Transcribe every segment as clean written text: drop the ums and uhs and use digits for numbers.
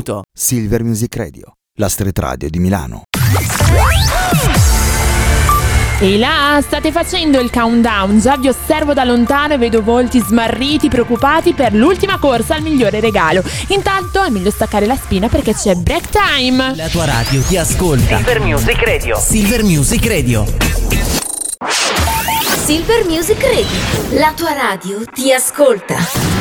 saluto. Silver Music Radio, la street radio di Milano. E là, state facendo il countdown, già vi osservo da lontano e vedo volti smarriti, preoccupati per l'ultima corsa al migliore regalo. Intanto è meglio staccare la spina perché c'è break time. La tua radio ti ascolta. Silver Music Radio. Silver Music Radio. Silver Music Radio, la tua radio ti ascolta.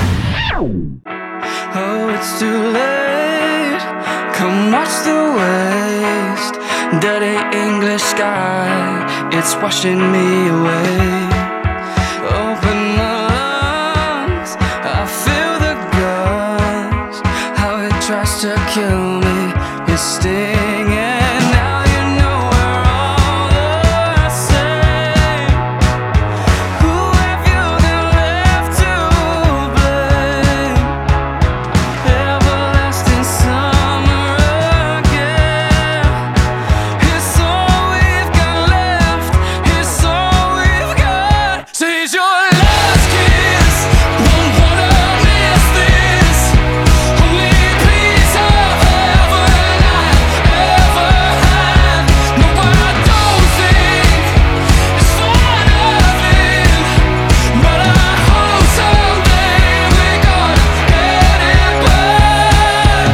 Oh, it's too late. Come watch the waste. Dirty English sky, it's washing me away. Open my lungs, I feel the guns. How it tries to kill me, it's stinging. Now you know we're all the same. Who have you been left to blame? Everlasting summer again. It's all we've got left. It's all we've got. Seize your last kiss. Won't wanna miss this. Only piece of heaven I ever had. No, I don't think it's for nothing, but I hope someday we're gonna get it back.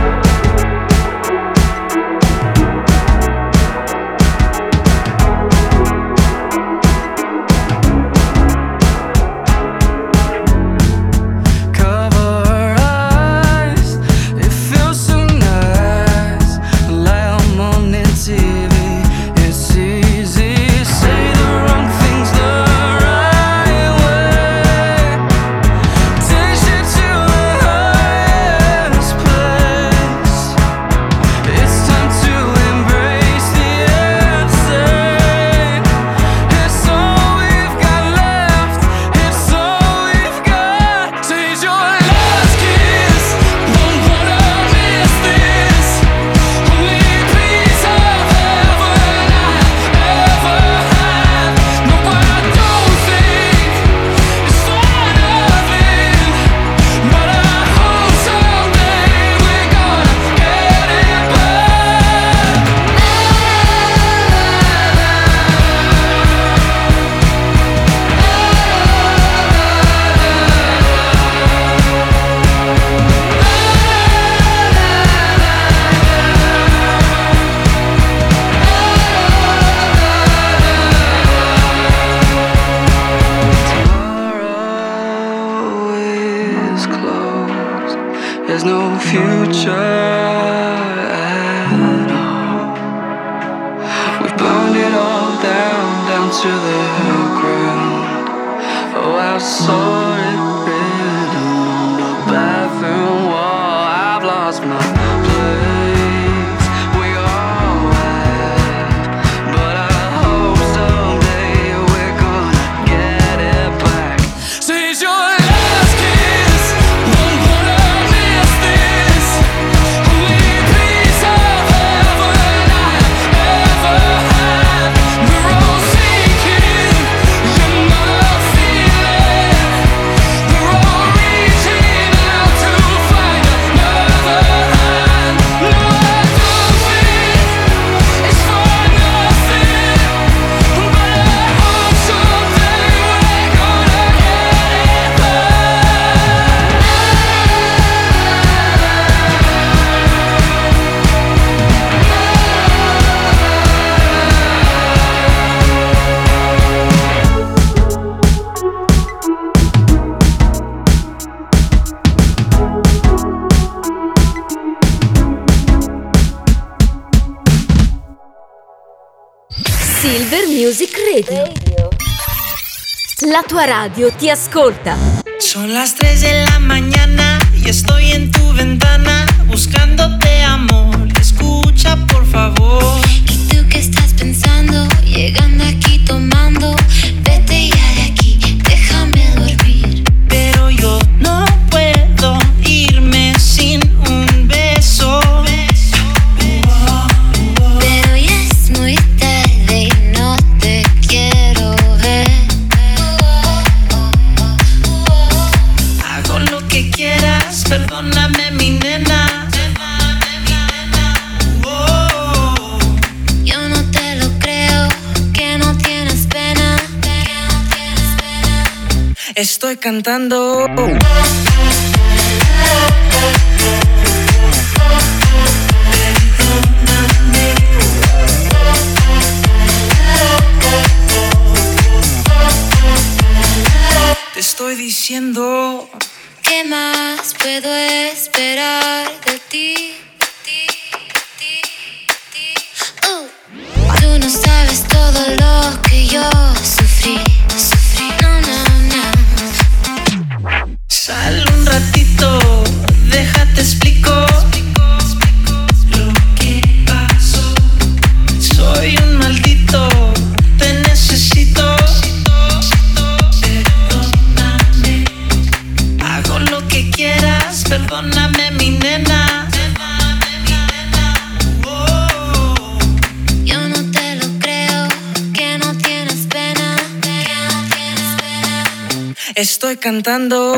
Cover her eyes, it feels so nice. Like I'm on TV, it's easy. Say the wrong things the right way. Takes you to the highest place. It's time to embrace the insane. It's all we've got left. It's all we've got. Seize your last kiss. Won't wanna miss this. Only piece of heaven I ever had. No, I don't think it's for nothing, but I hope someday we're gonna get it back. Tomorrow is closed. There's no future at all. We've burned it all down, down to the ground. Oh, I saw it written on the bathroom wall. I've lost my place. We all have, but I hope someday we're gonna get it back. Seize your last kiss. Won't wanna miss this. Only piece of heaven I ever had. We're all sinking. You're not feeling. We're all reaching out to find another hand. No, I don't think it's for nothing, but I hope someday we're gonna get it back. Silver Music Radio. La tua radio ti ascolta. Son las 3 de la mañana y estoy en tu ventana buscándote amor. Escucha por favor. ¿Y tú qué estás pensando? Llegando aquí tomando. Vete ya de aquí, déjame dormir. Pero yo no puedo irme sin un beso. Pero ya es muy tarde y no te quiero ver. Hago lo que quieras, perdóname mi nena. Estoy cantando. Te estoy diciendo. ¿Qué más puedo esperar de ti? Tú no sabes todo lo que yo sufrí. No, no, no. Sal un ratito, déjate explico lo que pasó. Soy un maldito, te necesito. Perdóname, hago lo que quieras. Perdóname, mi nena. Yo no te lo creo, que no tienes pena. Estoy cantando.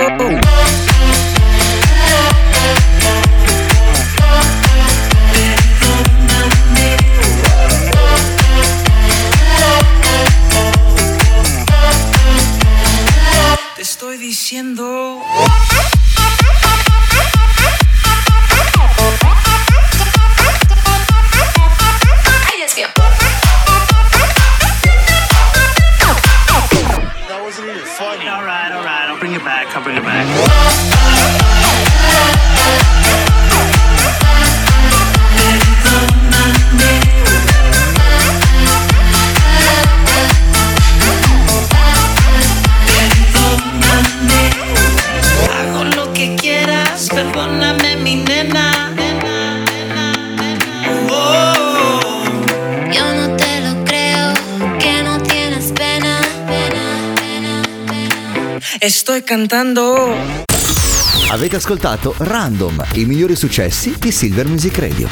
Te estoy diciendo. Alright, I'll bring it back. Hago lo que quieras, perdóname, mi nena. Yo no te lo creo, que no tienes pena. Estoy cantando. Avete ascoltato Random, i migliori successi di Silver Music Radio.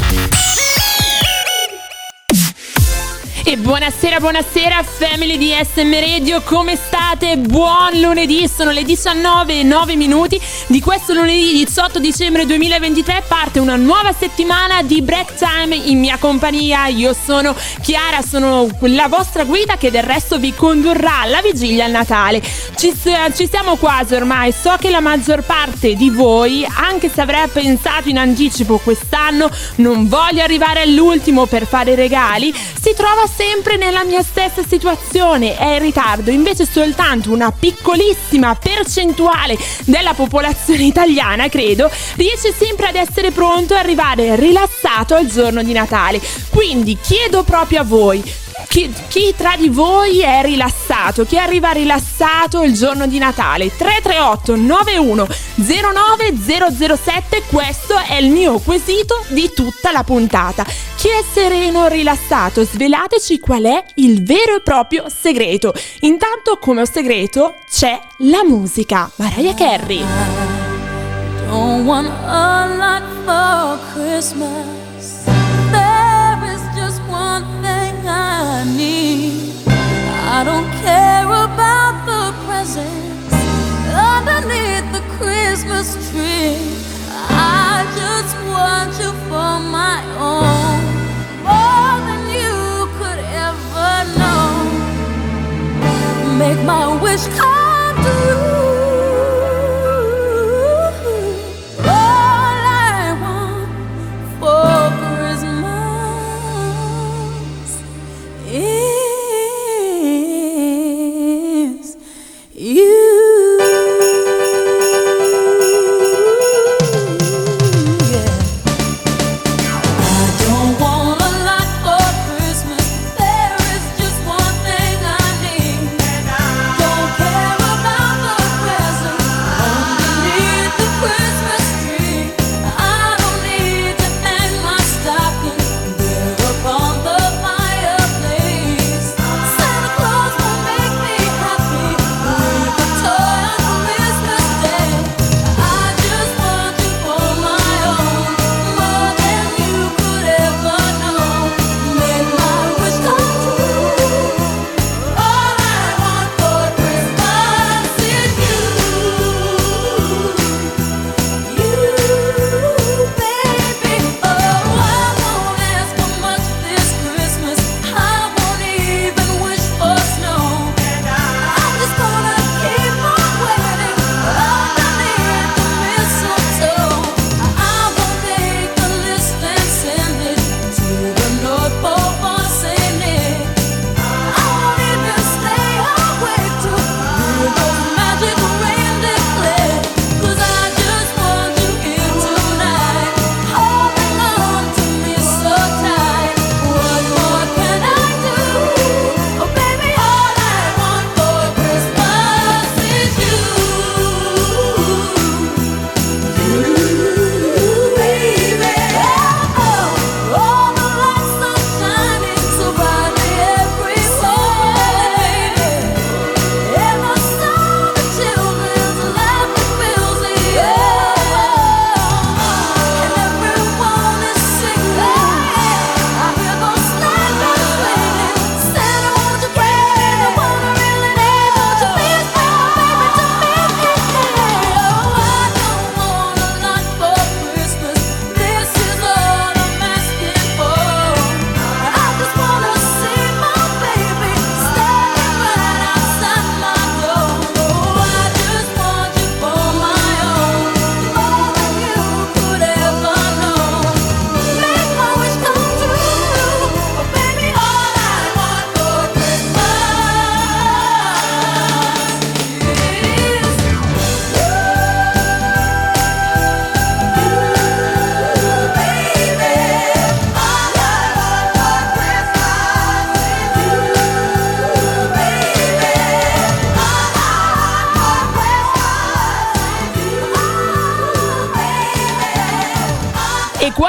E buonasera family di SM Radio, come state? Buon lunedì, sono le 19:09 di questo lunedì 18 dicembre 2023, parte una nuova settimana di Break Time in mia compagnia. Io sono Chiara, sono la vostra guida che del resto vi condurrà alla vigilia al Natale. Ci siamo quasi ormai, so che la maggior parte di voi, anche se avrei pensato in anticipo quest'anno, non voglio arrivare all'ultimo per fare regali, si trova sempre nella mia stessa situazione, è in ritardo. Invece soltanto una piccolissima percentuale della popolazione italiana, credo, riesce sempre ad essere pronto e arrivare rilassato al giorno di Natale. Quindi chiedo proprio a voi, chi tra di voi è rilassato? Chi arriva rilassato il giorno di Natale? 338 91 09 007, questo è il mio quesito di tutta la puntata. Chi è sereno, rilassato? Svelateci qual è il vero e proprio segreto. Intanto, come segreto, c'è la musica. Mariah Carey. Don't want a lot for Christmas. There is just one thing I need. I don't care about the presents underneath the Christmas tree. I just want you for my own, more than you could ever know. Make my wish come true. All I want for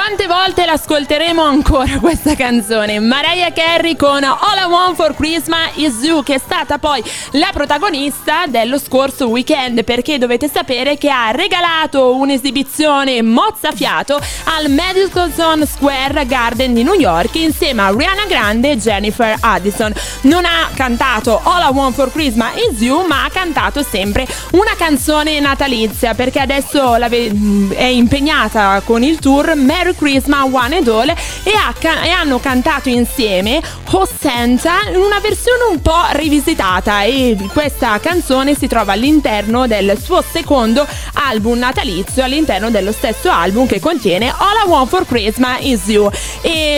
Quante volte l'ascolteremo ancora questa canzone? Mariah Carey con All I Want for Christmas Is You, che è stata poi la protagonista dello scorso weekend, perché dovete sapere che ha regalato un'esibizione mozzafiato al Madison Square Garden di New York insieme a Ariana Grande e Jennifer Aniston. Non ha cantato All I Want for Christmas Is You, ma ha cantato sempre una canzone natalizia, perché adesso è impegnata con il tour Merry Christmas One and All e hanno cantato insieme Oh Santa in una versione un po' rivisitata, e questa canzone si trova all'interno del suo secondo album natalizio, all'interno dello stesso album che contiene All I Want for Christmas Is You. E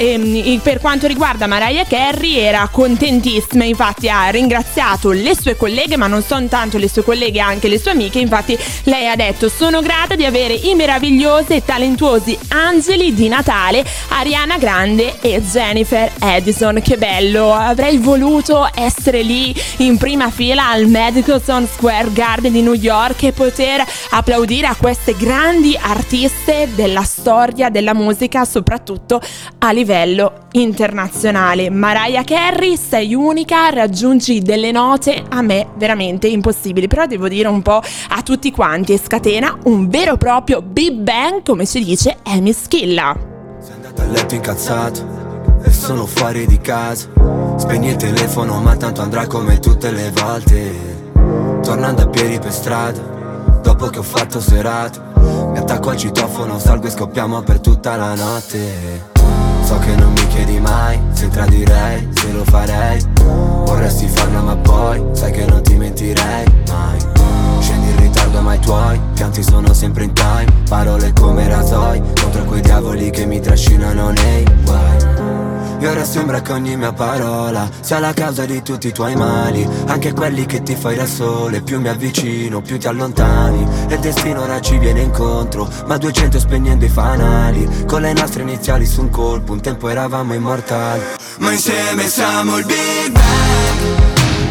per quanto riguarda Mariah Carey, era contentissima, infatti ha ringraziato le sue colleghe, ma non soltanto le sue colleghe, anche le sue amiche. Infatti lei ha detto: sono grata di avere i meravigliosi e talentuosi angeli di Natale, Ariana Grande e Jennifer Aniston. Che bello, avrei voluto essere lì in prima fila al Madison Square Garden di New York e poter applaudire a queste grandi artiste della storia della musica, soprattutto a livello internazionale. Mariah Carey, sei unica, raggiungi delle note a me veramente impossibili, però devo dire un po' a tutti quanti, e scatena un vero e proprio Big Bang, come si dice Amy Schilla. Sei andata a letto incazzato e sono fuori di casa, spegni il telefono ma tanto andrà come tutte le volte. Tornando a piedi per strada, dopo che ho fatto serata, mi attacco al citofono, salgo e scoppiamo per tutta la notte. So che non mi chiedi mai se tradirei, se lo farei. Vorresti farlo ma poi sai che non ti mentirei mai. Scendi in ritardo ma i tuoi pianti sono sempre in time. Parole come rasoi contro quei diavoli che mi trascinano nei guai. E ora sembra che ogni mia parola sia la causa di tutti i tuoi mali, anche quelli che ti fai da sole. Più mi avvicino, più ti allontani, e il destino ora ci viene incontro, ma 200 spegnendo i fanali. Con le nostre iniziali su un colpo, un tempo eravamo immortali. Ma insieme siamo il Big Bang,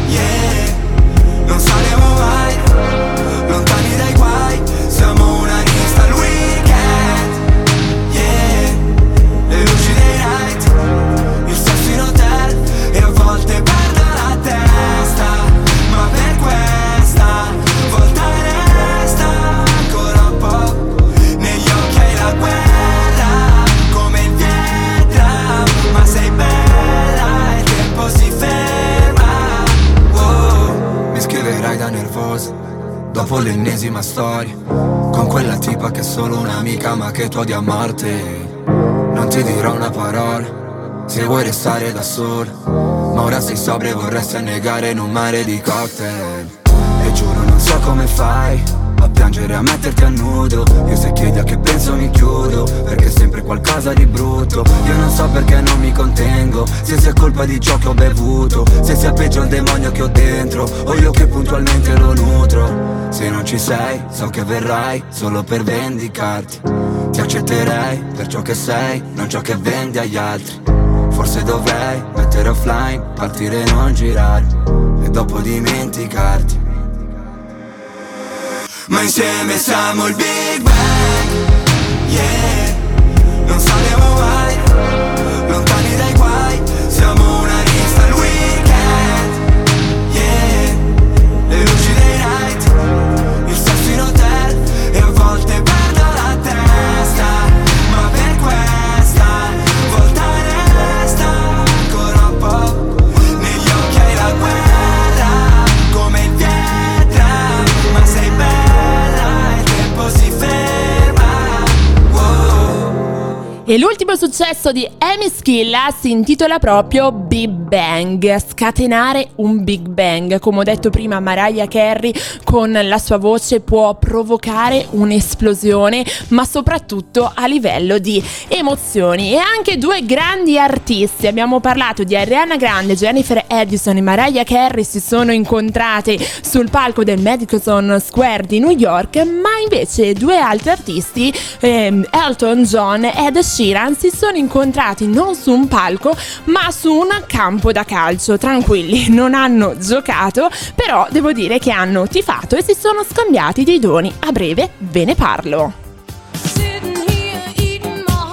yeah. Non saremo mai lontani dai guai, siamo una lista al weekend, yeah. Le luci dei night, il sesso in hotel, e a volte perdo la testa, ma per questa volta resta ancora un po'. Negli occhi hai la guerra, come il Vietnam, ma sei bella e il tempo si ferma. Oh, mi scriverai da nervosa dopo l'ennesima storia, con quella tipa che è solo un'amica ma che tu odi a morte. Non ti dirò una parola se vuoi restare da sola, ma ora sei sobria e vorresti annegare in un mare di cocktail. E giuro non so come fai a piangere, a metterti a nudo. Io se chiedi a che penso mi chiudo, perché è sempre qualcosa di brutto. Io non so perché non mi contengo, se sia colpa di ciò che ho bevuto, se sia peggio il demonio che ho dentro, o io che puntualmente lo nutro. Se non ci sei, so che verrai solo per vendicarti. Ti accetterei per ciò che sei, non ciò che vendi agli altri. Forse dovrei mettere offline, partire e non girare, e dopo dimenticarti. Ma insieme siamo il Big Bang, yeah. Non saremo mai lontani dai guai, siamo una lista al weekend, yeah. Le luci dei night, il sesso in hotel, e a volte perdo la testa, ma per questa volta resta ancora un po'. Negli occhi hai la guerra, come il Vietnam, ma sei bella e il tempo si ferma. Wow. E l'ultimo successo di Amy Schilla si intitola proprio Big Bang, scatenare un Big Bang. Come ho detto prima, Mariah Carey con la sua voce può provocare un'esplosione, ma soprattutto a livello di emozioni. E anche due grandi artisti, abbiamo parlato di Ariana Grande, Jennifer Aniston e Mariah Carey, si sono incontrate sul palco del Madison Square di New York, ma invece due altri artisti, Elton John e Ed Sheeran, si sono incontrati non su un palco ma su un campo da calcio. Tranquilli, non hanno giocato, però devo dire che hanno tifato e si sono scambiati dei doni. A breve ve ne parlo. Sitting here eating my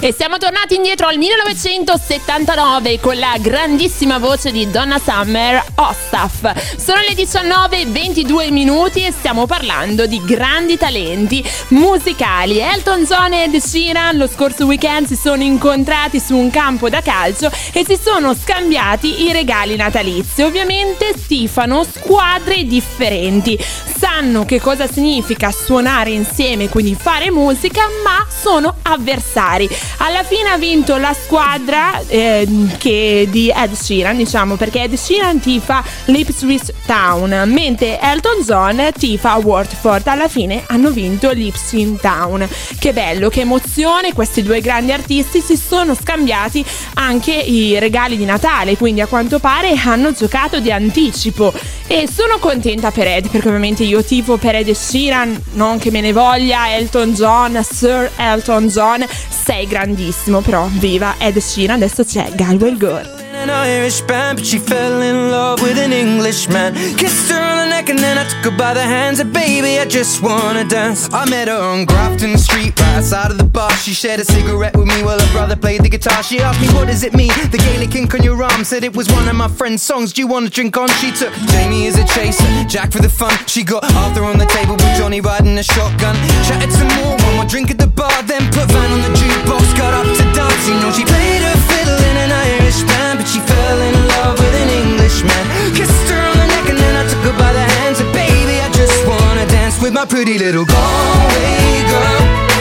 E siamo tornati indietro al 1979 con la grandissima voce di Donna Summer, Ostaf. Sono le 19:22 e stiamo parlando di grandi talenti musicali. Elton John e Ed Sheeran lo scorso weekend si sono incontrati su un campo da calcio e si sono scambiati i regali natalizi. Ovviamente tifano squadre differenti, sanno che cosa significa suonare insieme, quindi fare musica, ma sono avversari. Alla fine ha vinto la squadra che di Ed Sheeran, diciamo, perché Ed Sheeran tifa l'Ipswich Town, mentre Elton John tifa Watford. Alla fine hanno vinto l'Ipswich Town. Che bello, che emozione! Questi due grandi artisti si sono scambiati anche i regali di Natale, quindi a quanto pare hanno giocato di anticipo. E sono contenta per Ed, perché ovviamente io tifo per Ed Sheeran, non che me ne voglia. Elton John, Sir Elton John, sei grandissimo, però viva Ed Sheeran. Adesso c'è Galway Girl. An Irish band, but she fell in love with an Englishman. Kissed her on the neck and then I took her by the hands. And baby, I just wanna dance. I met her on Grafton Street, right outside of the bar. She shared a cigarette with me while her brother played the guitar. She asked me, what does it mean? The Gaelic ink on your arm. Said it was one of my friend's songs. Do you wanna drink on? She took Jamie as a chaser, Jack for the fun. She got Arthur on the table with Johnny riding a shotgun. Chatted some more, one more drink at the bar. Then put Van on the jukebox, got up to dance. You know she played her fiddle in an Irish band, but she fell in love with an Englishman. Kissed her on the neck and then I took her by the hands. And baby, I just wanna dance with my pretty little Galway girl.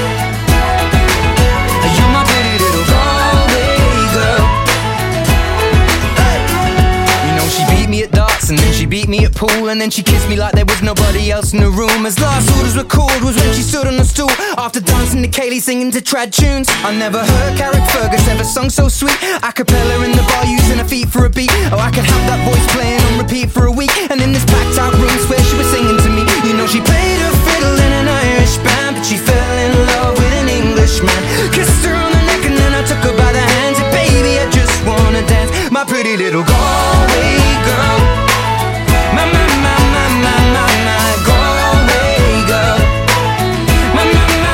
You're my pretty little Galway girl. Hey. You know she beat me at darts and then she beat me at pool, and then she kissed me like there was nobody else in the room. As last orders were called was when she stood on the stool after dancing to Kaylee singing to trad tunes. I never heard Carrick Fergus ever sung so sweet. A cappella in the bar using her feet for a beat. Oh, I could have that voice playing on repeat for a week. And in this packed out room swear she was singing to me. You know she played her fiddle in an Irish band, but she fell in love with an Englishman. Kissed her on the neck and then I took her by the hands. And baby, I just wanna dance, my pretty little Galway girl. My Galway girl. My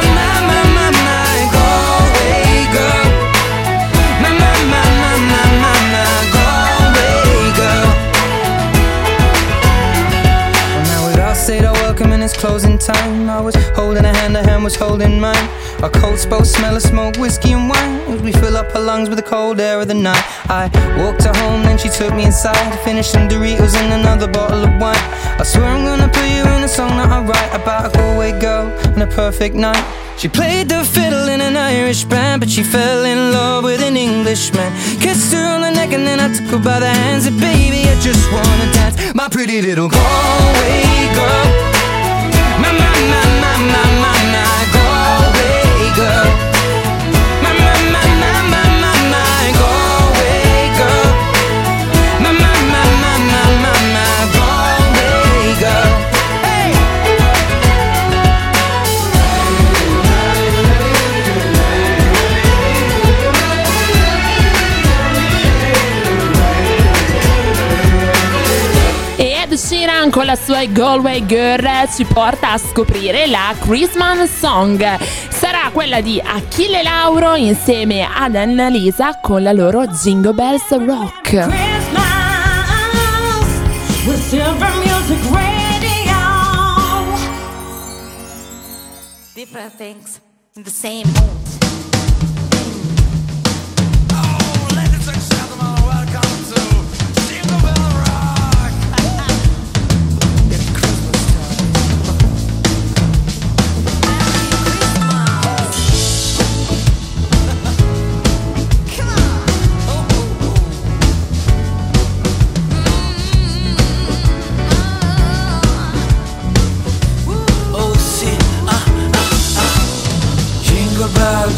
Galway girl. My Galway girl. Well, now we'd all said our welcome and it's closing time. I was holding her hand was holding mine. Our coats both smell of smoke, whiskey and wine, as we fill up her lungs with the cold air of the night. I walked her home, then she took me inside, finished some Doritos and another bottle of wine. I swear I'm gonna put you in a song that I write about a Galway girl and a perfect night. She played the fiddle in an Irish band, but she fell in love with an Englishman. Kissed her on the neck and then I took her by the hands. And baby, I just wanna dance, my pretty little Galway girl. My Galway girl. My Galway girl. My Galway girl. Hey. Ed Sheeran con la sua Galway Girl ci porta a scoprire la Christmas Song. Sarà quella di Achille Lauro insieme ad Annalisa con la loro Jingle Bells Rock. Christmas with Silver Music Radio. Different things in the same mood. Jingle bells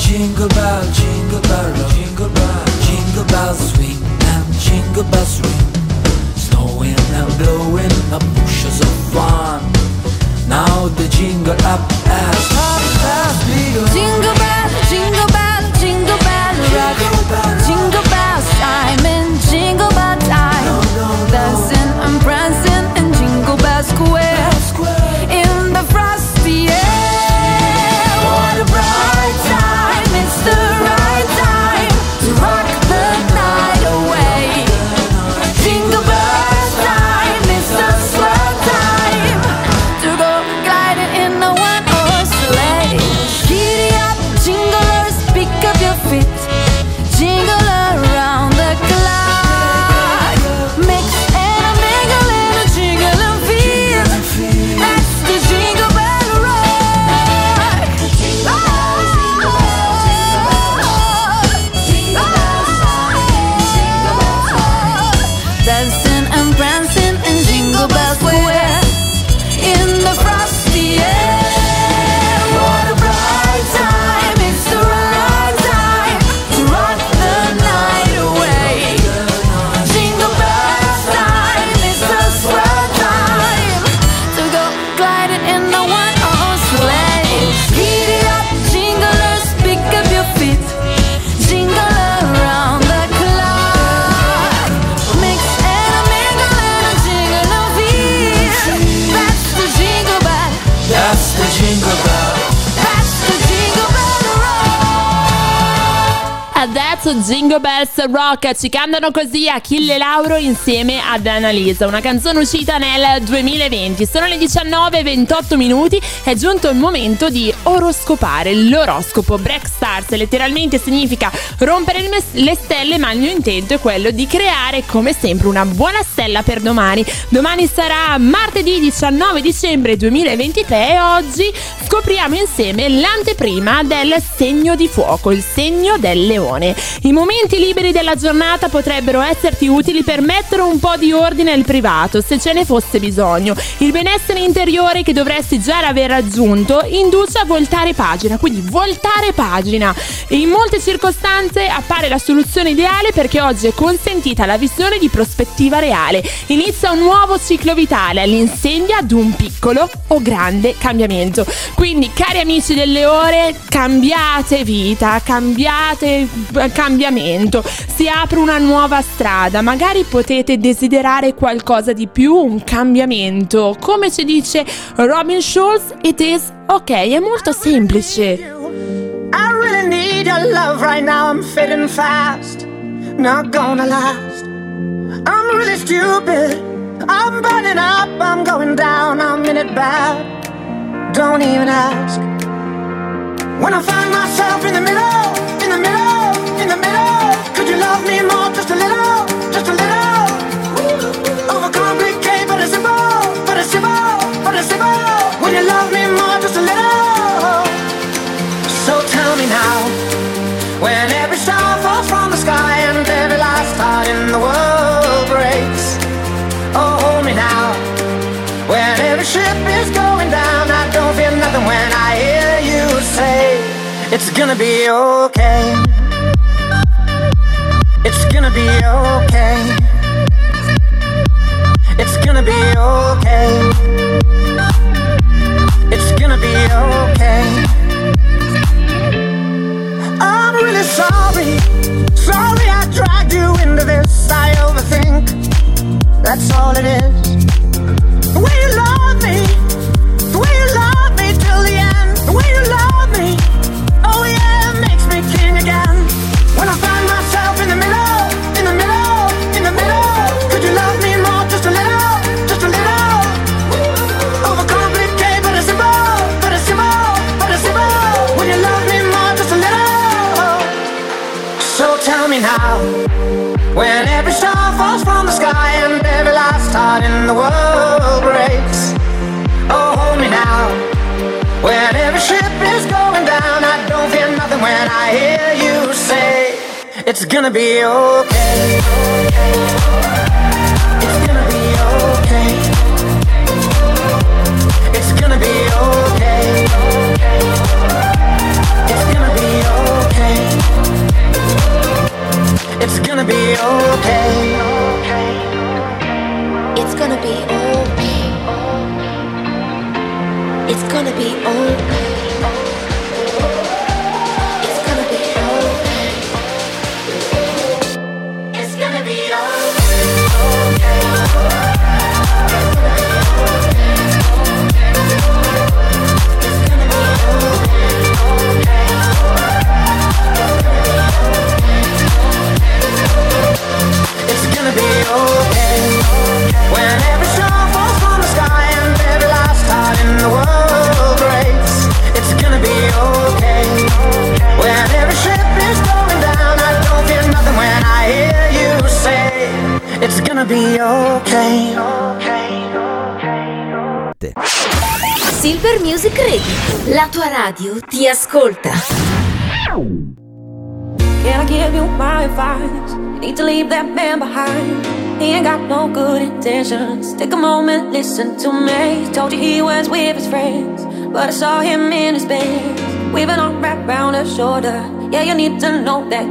pezzo Jingle Bells Rock, ci cantano così Achille Lauro insieme ad Annalisa, una canzone uscita nel 2020. Sono le 19:28 minuti, è giunto il momento di oroscopare. L'oroscopo Break Stars letteralmente significa rompere le stelle, ma il mio intento è quello di creare come sempre una buona stella per domani. Domani sarà martedì 19 dicembre 2023 e oggi scopriamo insieme l'anteprima del segno di fuoco, il segno del leone. I momenti liberi della giornata potrebbero esserti utili per mettere un po' di ordine nel privato, se ce ne fosse bisogno. Il benessere interiore che dovresti già aver raggiunto induce a voltare pagina, quindi voltare pagina. In molte circostanze appare la soluzione ideale perché oggi è consentita la visione di prospettiva reale. Inizia un nuovo ciclo vitale all'insegna di un piccolo o grande cambiamento. Quindi, cari amici del Leone, cambiate vita, cambiate cambiamento, si apre una nuova strada, magari potete desiderare qualcosa di più, un cambiamento. Come ci dice Robin Schulz, it is ok, è molto semplice. I really need your love right now, I'm fading fast, not gonna last. I'm really stupid, I'm burning up, I'm going down, I'm in it bad, don't even ask. When I find myself in the middle, in the middle, in the middle, could you love me more, just a little, just a little? Overcomplicate, but it's simple, but it's simple, but it's simple. Will you love me more, just a little? So tell me now, when every star falls from the sky and every last heart in the world breaks. Oh, hold me now, when every ship is going down, I don't feel nothing when I hear you say, it's gonna be okay. It's gonna be okay. It's gonna be okay. It's gonna be okay. I'm really sorry, sorry I dragged you into this. I overthink, that's all it is. The way you love me, the way you love me till the end. The way you love me, oh yeah, it makes me king again. When I find myself in the middle, in the middle, in the middle, could you love me more, just a little, just a little? Overcomplicate, but it's simple, but it's simple, but it's simple. Will you love me more, just a little? So tell me now, when every star falls from the sky and every last heart in the world breaks. Oh, hold me now, when every ship is going down, I don't feel nothing when I hear you say, it's gonna be okay. It's gonna be okay. It's gonna be okay. It's gonna be okay. It's gonna be okay. It's gonna be okay. It's gonna be okay. It's gonna be okay. It's gonna be It's gonna be okay. When every star falls from the sky and every last heart in the world breaks. It's gonna be okay. When every ship is going down, I don't feel nothing when I hear you say, it's gonna be okay. Silver Music Radio, la tua radio ti ascolta. Can I give you my advice? You need to leave that man behind. He ain't got no good intentions. Take a moment, listen to me. Told you he was with his friends, but I saw him in his bed, with an arm wrapped around her shoulder. Yeah, you need to know that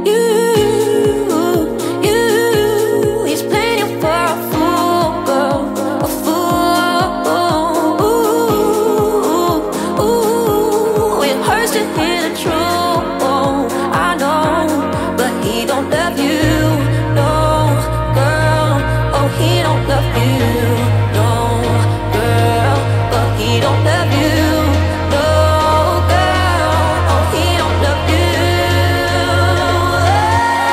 he's playing you for a fool, girl, a fool. It hurts to hear the truth, I know, but he don't love you, no, girl. Oh, he don't love you, no, girl. But he don't love you, no, girl. Oh, he don't love you.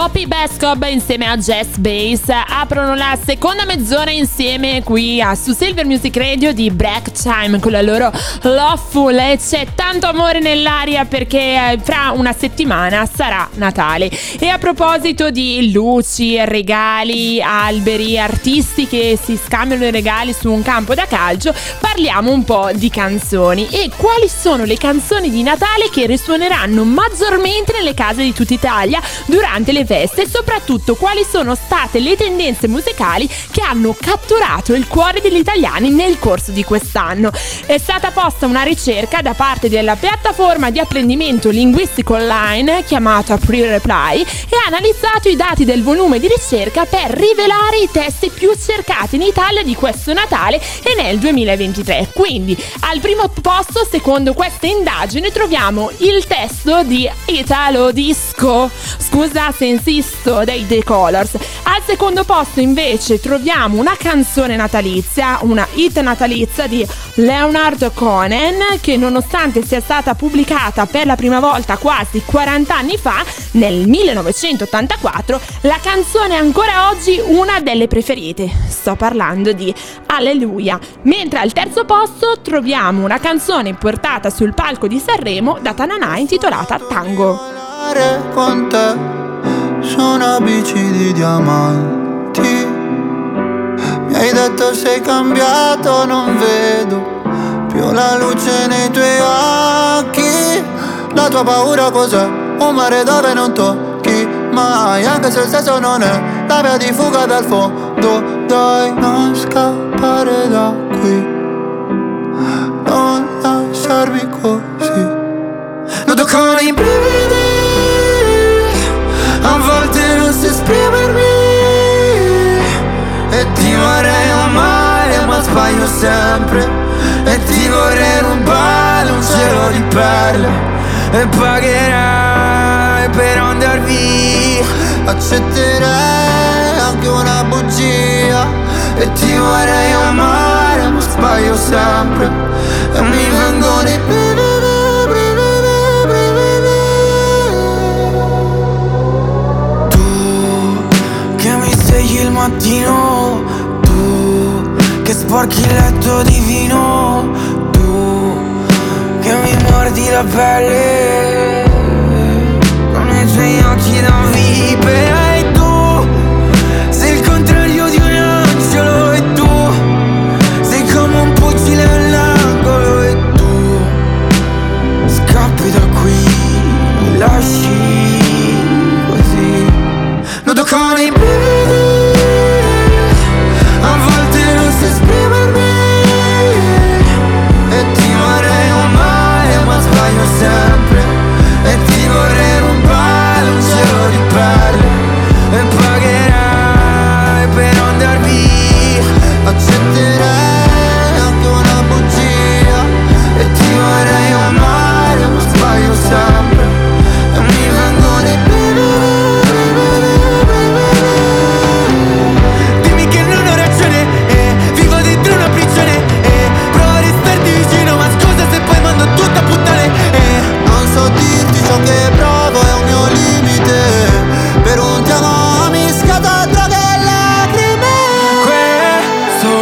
Poppy Bascob insieme a Jess Bass aprono la seconda mezz'ora insieme qui su Silver Music Radio di Break Time con la loro Loveful, e c'è tanto amore nell'aria perché fra una settimana sarà Natale. E a proposito di luci, regali, alberi, artisti che si scambiano i regali su un campo da calcio, parliamo un po' di canzoni e quali sono le canzoni di Natale che risuoneranno maggiormente nelle case di tutta Italia durante le feste, e soprattutto quali sono state le tendenze musicali che hanno catturato il cuore degli italiani nel corso di quest'anno. È stata posta una ricerca da parte della piattaforma di apprendimento linguistico online chiamata PreReply e ha analizzato i dati del volume di ricerca per rivelare i testi più cercati in Italia di questo Natale e nel 2023. Quindi al primo posto, secondo questa indagine, troviamo il testo di Italo Disco, scusa se insisto, dei The Colors. Al secondo posto invece troviamo una canzone natalizia, una hit natalizia di Leonard Cohen, che nonostante sia stata pubblicata per la prima volta quasi 40 anni fa, nel 1984, la canzone è ancora oggi una delle preferite. Sto parlando di Alleluia. Mentre al terzo posto troviamo una canzone portata sul palco di Sanremo da Tananà intitolata Tango. Con te su una bici di diamanti, mi hai detto sei cambiato, non vedo più la luce nei tuoi occhi. La tua paura cos'è? Un mare dove non tocchi mai, anche se il senso non è la via di fuga dal fondo. Dai, non scappare da qui, non lasciarmi così. Noto con i brividi, a volte non so esprimermi, e ti vorrei amare ma sbaglio sempre, e ti vorrei rubare un cielo di perle, e pagherai per andar via. Accetterei anche una bugia, e ti vorrei amare ma sbaglio sempre, e mi vengono i brividi. Il mattino, tu che sporchi il letto di vino, tu che mi mordi la pelle con i tuoi occhi da vipera, e tu sei il contrario di un angelo, e tu sei come un pugile all'angolo, e tu scappi da qui, mi lasci così. Noto con i brividi, a volte non so esprimermi, e ti vorrei amare ma sbaglio sempre, e ti vorrei rubare un cielo di perle, e pagherai per andar via. Accetterei anche una bugia, e ti vorrei amare ma sbaglio sempre, e mi vengono i brividi. Che provo è un mio limite, per un ti amo mischiato a droghe e lacrime. Questo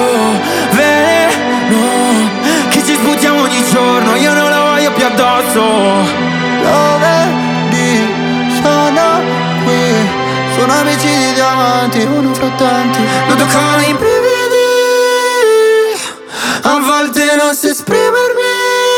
veleno che ci sputiamo ogni giorno, io non lo voglio più addosso. Lo vedi, sono qui, sono amici di diamanti, uno fra tanti. Lo toccano i brividi, a volte non so esprimermi,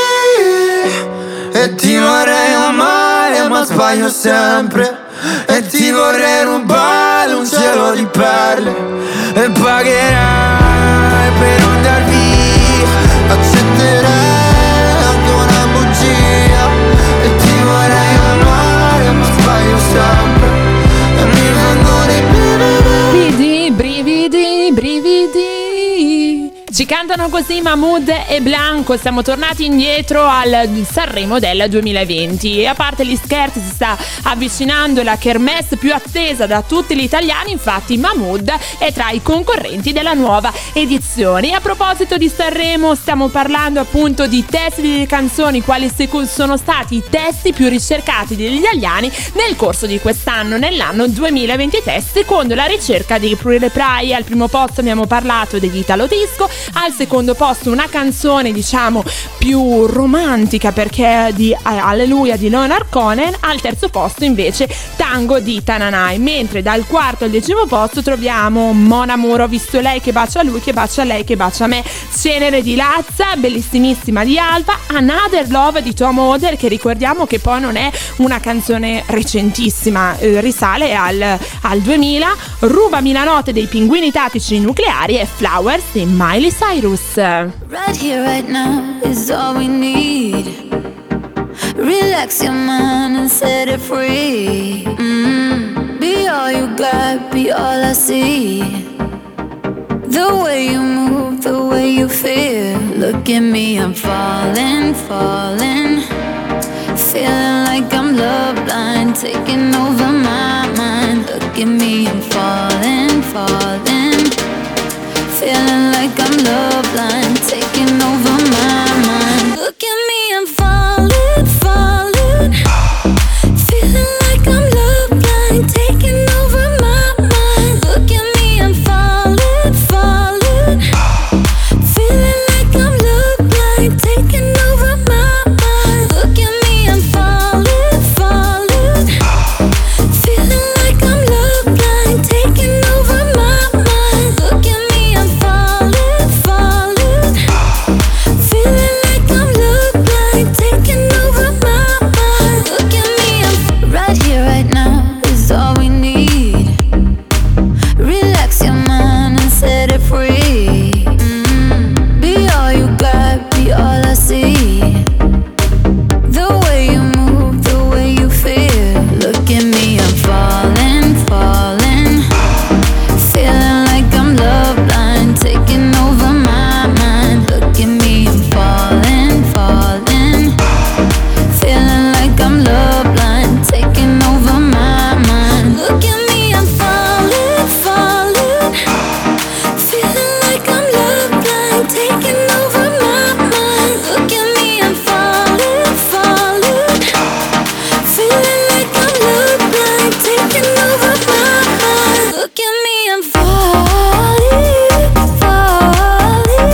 e ti vorrei amare ma sbaglio sempre, e ti vorrei rubare un cielo di perle, e pagherai per andar via. Accetterei anche una bugia, e ti vorrei amare ma sbaglio sempre, e mi vengono i brividi. Brividi, brividi. Ci cantano così Mahmood e Blanco. Siamo tornati indietro al Sanremo del 2020 e a parte gli scherzi si sta avvicinando la kermesse più attesa da tutti gli italiani. Infatti Mahmood è tra i concorrenti della nuova edizione. E a proposito di Sanremo, stiamo parlando appunto di testi delle canzoni, quali sono stati i testi più ricercati degli italiani nel corso di quest'anno, nell'anno 2023, secondo la ricerca di PewDiePie. Al primo posto abbiamo parlato degli Italo Disco, al secondo posto una canzone diciamo più romantica perché è di Alleluia di Leonard Cohen, al terzo posto invece Tango di Tananai, mentre dal quarto al decimo posto troviamo Mon Amour, ho visto lei che bacia lui, che bacia lei, che bacia me, Cenere di Lazza, bellissimissima di Alba, Another Love di Tom Oder, che ricordiamo che poi non è una canzone recentissima, risale al 2000, Rubami la notte dei Pinguini Tattici Nucleari e Flowers di Miley Cyrus. Right here, right now is all we need. Relax your mind and set it free. Be all you got, be all I see. The way you move, the way you feel. Look at me, I'm falling, falling. Feeling like I'm love blind, taking over my mind. Look at me, I'm falling, falling. Feeling like I'm love blind, taking over my mind. Look at me, I'm falling, falling. Feeling like I'm love blind, taking over my mind. Look at me, I'm falling, falling. Feeling like I'm love blind, taking over my mind. Look at me, I'm falling, falling. Feeling like I'm love blind, taking over my mind. Look at me, I'm falling, falling. Feeling like I'm love blind, taking over my mind. Look at me, I'm right here, right now is all we need. Relax your mind and set it free. Be all you got, be all I see. The way you move, the way you feel. Look at me, I'm falling, falling. Feeling like I'm love blind, taking over my mind. Look at me, I'm falling, falling. Feeling like I'm love blind, taking over my mind. Look at me, I'm falling, falling. Feeling like I'm love blind, taking over my mind. Look at me, I'm falling, falling. Feeling like I'm love blind, taking over my mind. Look at me, I'm falling, falling.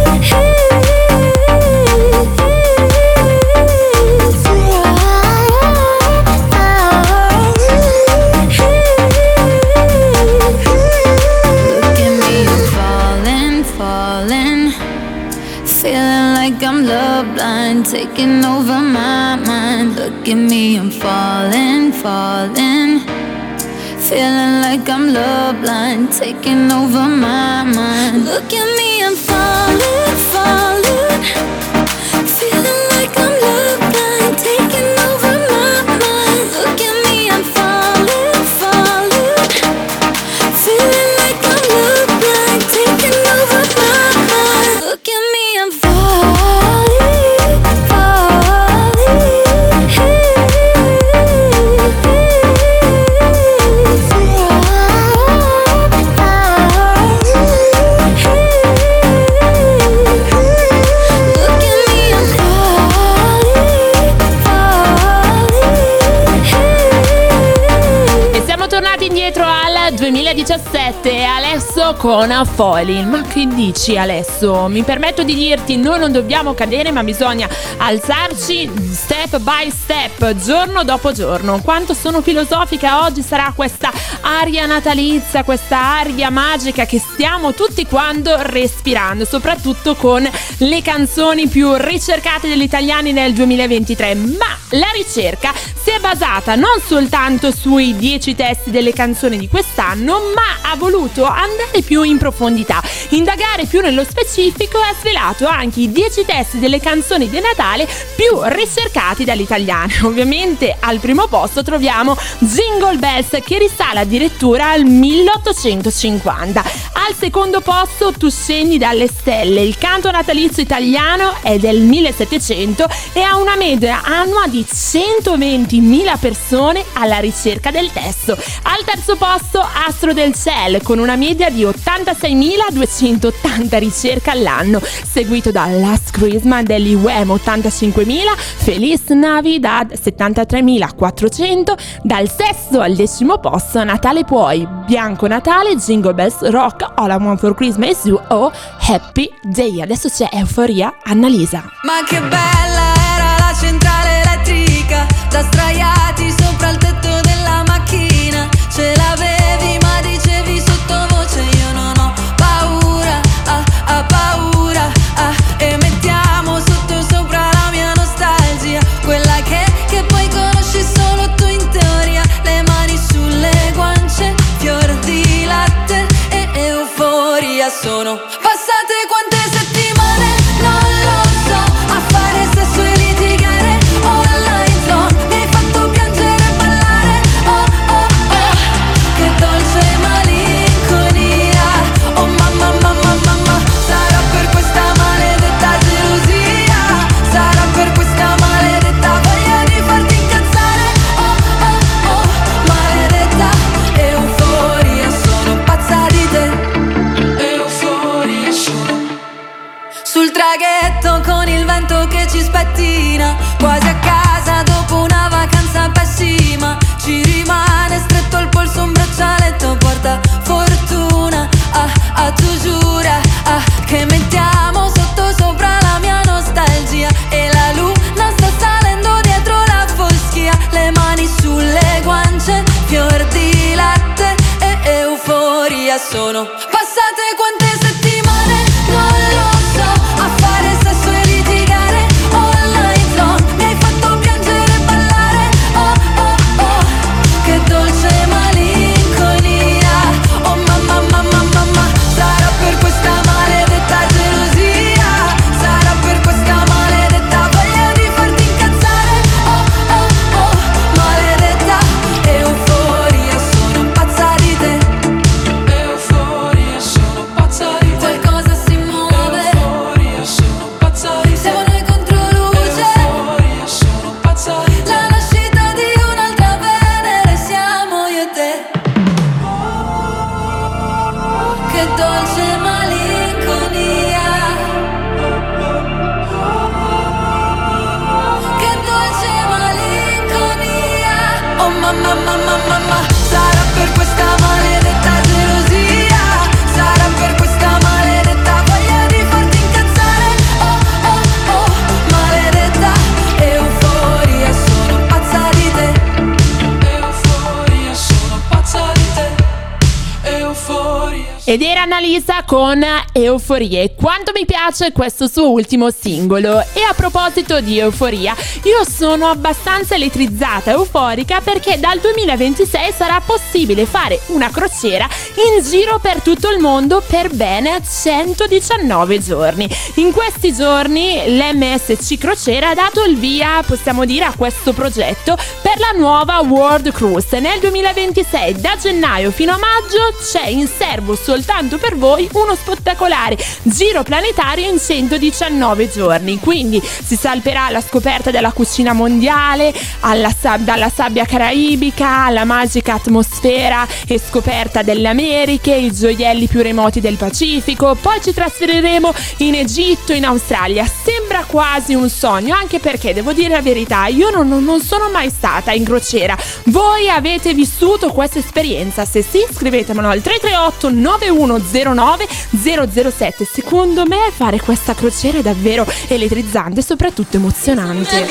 Look at me, I'm falling, falling. Feeling like I'm love blind, taking over my mind. Look at me, I'm falling, falling. Feeling like I'm love blind, taking over my mind. Look at me, I'm falling, falling. Feeling like I'm love blind, taking over my mind. Look at me, I'm falling, falling. Feeling like I'm love blind, taking over my mind. Look at me, I'm falling, falling. E siamo tornati indietro al 2017, Alesso con Falling. Ma che dici Alesso? Mi permetto di dirti, noi non dobbiamo cadere ma bisogna alzarci step by step, giorno dopo giorno. Quanto sono filosofica oggi sarà questa aria natalizia, questa aria magica che stiamo tutti quando respirando, soprattutto con le canzoni più ricercate degli italiani nel 2023. Ma la ricerca si è basata non soltanto sui 10 testi delle canzoni di quest'anno, quest'anno, ma ha voluto andare più in profondità, indagare più nello specifico e ha svelato anche i 10 testi delle canzoni di Natale più ricercati dagli italiani. Ovviamente al primo posto troviamo Jingle Bells, che risale addirittura al 1850. Al secondo posto Tu scendi dalle stelle, il canto natalizio italiano è del 1700 e ha una media annua di 120.000 persone alla ricerca del testo. Al terzo posto Astro del Ciel, con una media di 86.280 ricerche all'anno, seguito da Last Christmas degli Wham 85.000, Feliz Navidad 73.400. Dal sesto al decimo posto Natale Puoi, Bianco Natale, Jingle Bells Rock, All I Want for Christmas Is You o Happy Day. Adesso c'è Euforia, Annalisa. Ma che bella era la centrale elettrica, da sdraiati sopra il tetto della macchina. Ce l'avevi ma dicevi sottovoce io non ho paura, paura, e mettiamo sotto sopra la mia nostalgia, quella che poi conosci solo tu in teoria. Le mani sulle guance, fior di latte e euforia. Sono passate quante settimane, non lo so, a fare sesso e litigare all night long. Mi hai fatto piangere e ballare, oh oh oh, che dolce malinconia. Oh mamma mamma mamma, sarà per questa maledetta gelosia, sarà per questa maledetta voglia di farti incazzare, oh oh oh, maledetta euforia. Sono pazza di te, euforia sono. Sul traghetto con il vento che ci spettina, quasi a casa dopo una vacanza pessima. Ci rimane stretto al polso un braccialetto porta fortuna, tu giura, che mettiamo sotto sopra la mia nostalgia. E la luna sta salendo dietro la foschia, le mani sulle guance, fior di latte e euforia. Sono passate quante settimane, non lo so, a fare sesso e litigare all night long. Mi hai fatto piangere e ballare, oh oh oh, che dolce malinconia. Oh mamma mamma mamma, sarà per questa maledetta gelosia, sarà per questa maledetta voglia di farti incazzare, oh oh oh, maledetta euforia. Sono pazza di te, euforia, sono pazza di te. Qualcosa si muove, euforia, sono pazza di te. Siamo noi contro luce, euforia, sono pazza di te. La nascita di un'altra Venere siamo io e te. Che dolce malinconia, che dolce malinconia. Oh mamma mamma mamma, sarà per questa maledetta gelosia, sarà per questa maledetta voglia di farti incazzare, oh oh oh, maledetta euforia. Sono pazza di te, euforia, sono pazza di te, euforia. Ed era Annalisa con Euforie. Quanto mi piace questo suo ultimo singolo. E a proposito di euforia, io sono abbastanza elettrizzata, euforica, perché dal 2026 sarà possibile fare una crociera in giro per tutto il mondo per ben 119 giorni. In questi giorni l'MSC Crociera ha dato il via, possiamo dire, a questo progetto per la nuova World Cruise. Nel 2026, da gennaio fino a maggio, c'è in serbo soltanto per voi uno spettacolare giro planetario in 119 giorni. Quindi si salperà alla scoperta della cucina mondiale, dalla sabbia caraibica alla magica atmosfera e scoperta delle Americhe, i gioielli più remoti del Pacifico. Poi ci trasferiremo in Egitto, in Australia. Sembra quasi un sogno, anche perché devo dire la verità, io non sono mai stata in crociera. Voi avete vissuto questa esperienza? Se sì, scrivetemelo al 338 9109 007. Secondo me fare questa crociera è davvero elettrizzante e soprattutto emozionante.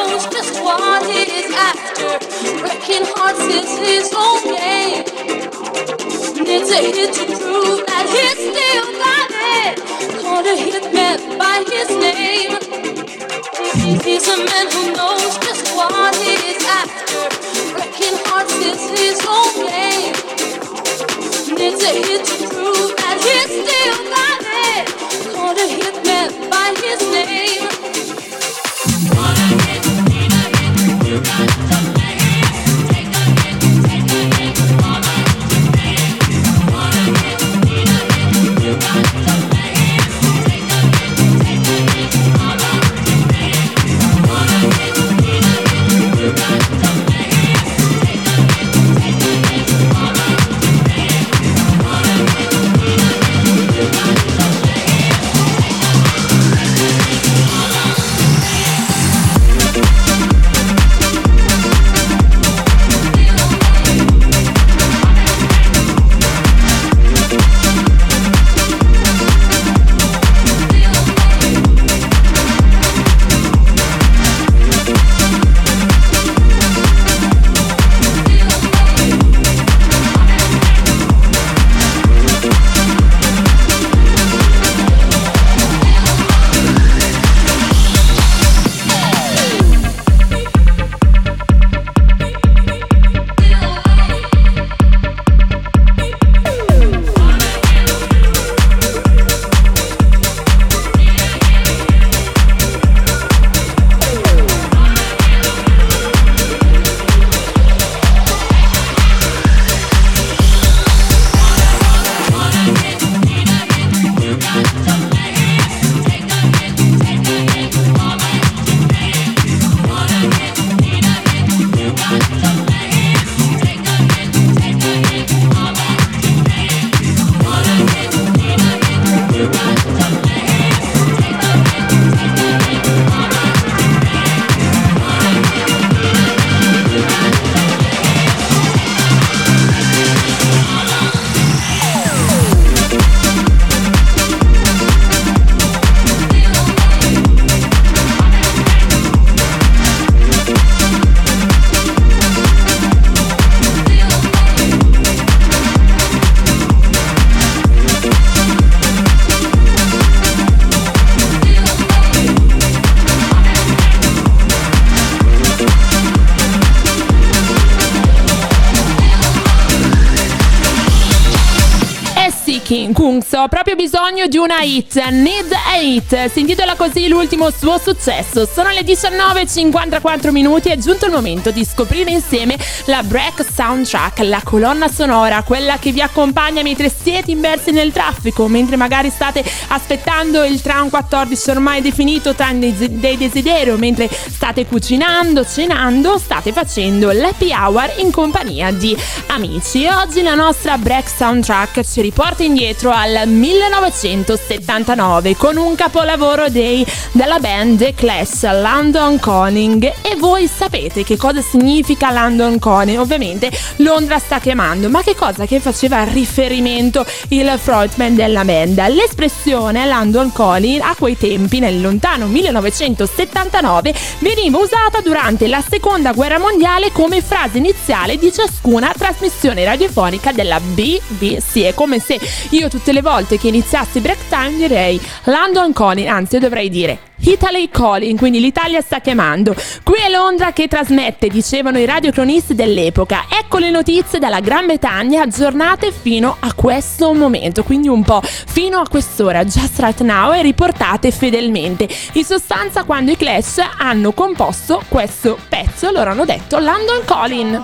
He's a man who knows just what he is after. Breaking hearts is his own game. Kungs, ho proprio bisogno di una hit, Need a Hit, si intitola così l'ultimo suo successo. Sono le 19:54 minuti, è giunto il momento di scoprire insieme la Break Soundtrack, la colonna sonora, quella che vi accompagna mentre siete immersi nel traffico, mentre magari state aspettando il tram 14 ormai definito tram dei desiderio, mentre state cucinando, cenando, state facendo l'happy hour in compagnia di amici. E oggi la nostra Break Soundtrack ci riporta indietro al 1979 con un capolavoro della band The Clash, London Calling. E voi sapete che cosa significa London Calling? Ovviamente Londra sta chiamando, ma che cosa che faceva riferimento il frontman della band? L'espressione London Calling a quei tempi, nel lontano 1979, veniva usata durante la seconda guerra mondiale come frase iniziale di ciascuna trasmissione radiofonica della BBC. È come se io tutte le volte che iniziassi Break Time direi London Calling, anzi io dovrei dire Italy Calling, quindi l'Italia sta chiamando. Qui è Londra che trasmette, dicevano i radiocronisti dell'epoca. Ecco le notizie dalla Gran Bretagna aggiornate fino a questo momento, quindi un po' fino a quest'ora, just right now, e riportate fedelmente. In sostanza, quando i Clash hanno composto questo pezzo, loro hanno detto London Calling.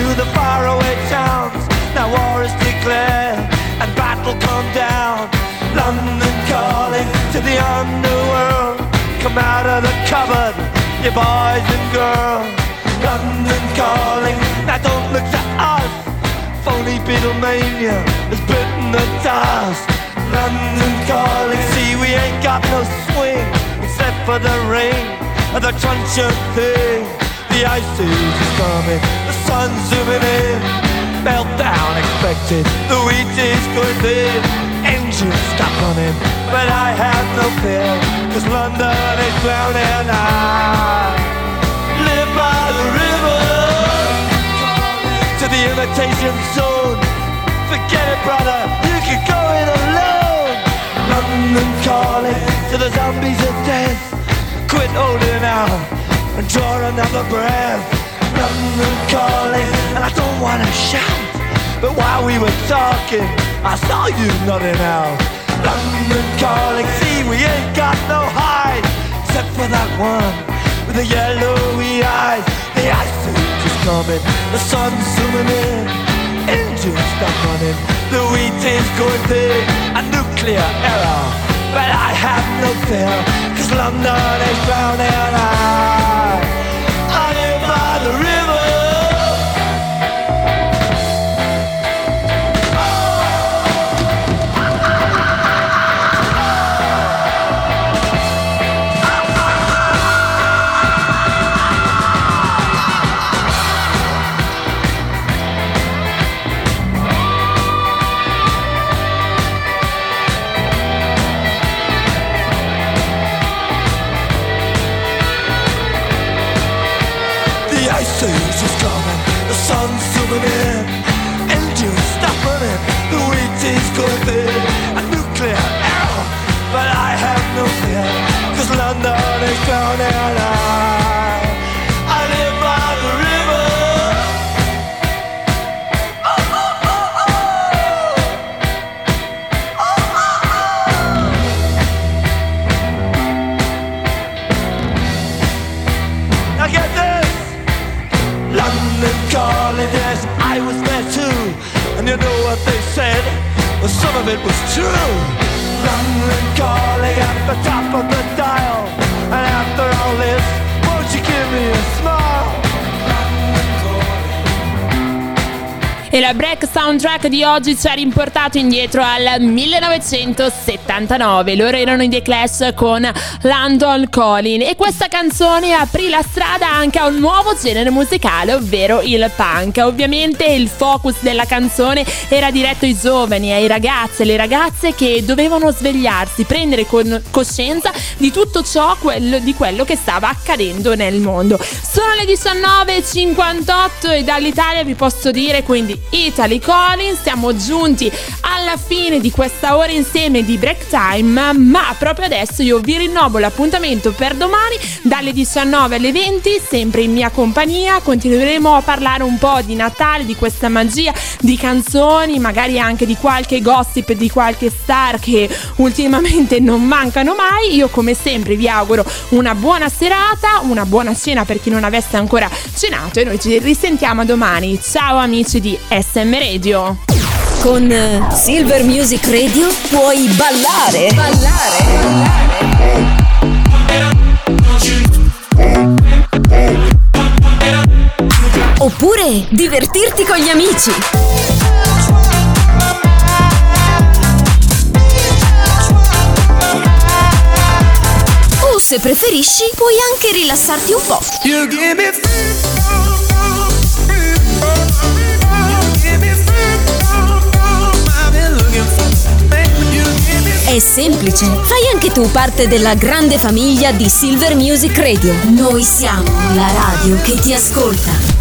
Come out of the cupboard, you boys and girls. London calling, now don't look to us. Phony Beatlemania has bitten the dust. London calling, see we ain't got no swing except for the rain and the truncheon thing. The ice age is coming, the sun's zooming in. Meltdown expected, the wheat is going thin. Engines stop running, but I have no fear, 'cause London is drowning. I live by the river, to the imitation zone. Forget it, brother, you can go it alone. London calling to the zombies of death. Quit holding out and draw another breath. London calling, and I don't wanna shout, but while we were talking, I saw you nodding out. London calling, see we ain't got no hide, except for that one with the yellowy eyes. The ice age is coming, the sun's zooming in. Engines stop running, the wheat is going thin. A nuclear error, but I have no fear, 'cause London is drowning. I live by the river. The sun's zooming in, engines stop running, the wheat is going thin. A nuclear error, but I have no fear, 'cause London is drowning. I live by the river. Oh, oh, oh, oh. Oh, oh, oh. Now get this. London calling, yes, I was there too. And you know what they said? Well, some of it was true. London calling at the top of the dial. And after all this, won't you give me a smile? E la Break Soundtrack di oggi ci ha rimportato indietro al 1979. Loro erano i The Clash con London Calling, e questa canzone aprì la strada anche a un nuovo genere musicale, ovvero il punk. Ovviamente il focus della canzone era diretto ai giovani, ai ragazzi e le ragazze che dovevano svegliarsi, prendere coscienza di tutto ciò, di quello che stava accadendo nel mondo. Sono le 19:58 e dall'Italia vi posso dire quindi Italy Calling. Siamo giunti alla fine di questa ora insieme di Break Time, ma proprio adesso io vi rinnovo l'appuntamento per domani dalle 19 alle 20, sempre in mia compagnia. Continueremo a parlare un po' di Natale, di questa magia, di canzoni, magari anche di qualche gossip, di qualche star che ultimamente non mancano mai. Io come sempre vi auguro una buona serata, una buona cena per chi non avesse ancora cenato e noi ci risentiamo domani. Ciao amici di SM Radio. Con Silver Music Radio puoi ballare. Oppure divertirti con gli amici. O se preferisci puoi anche rilassarti un po'. È semplice, fai anche tu parte della grande famiglia di Silver Music Radio. Noi siamo la radio che ti ascolta.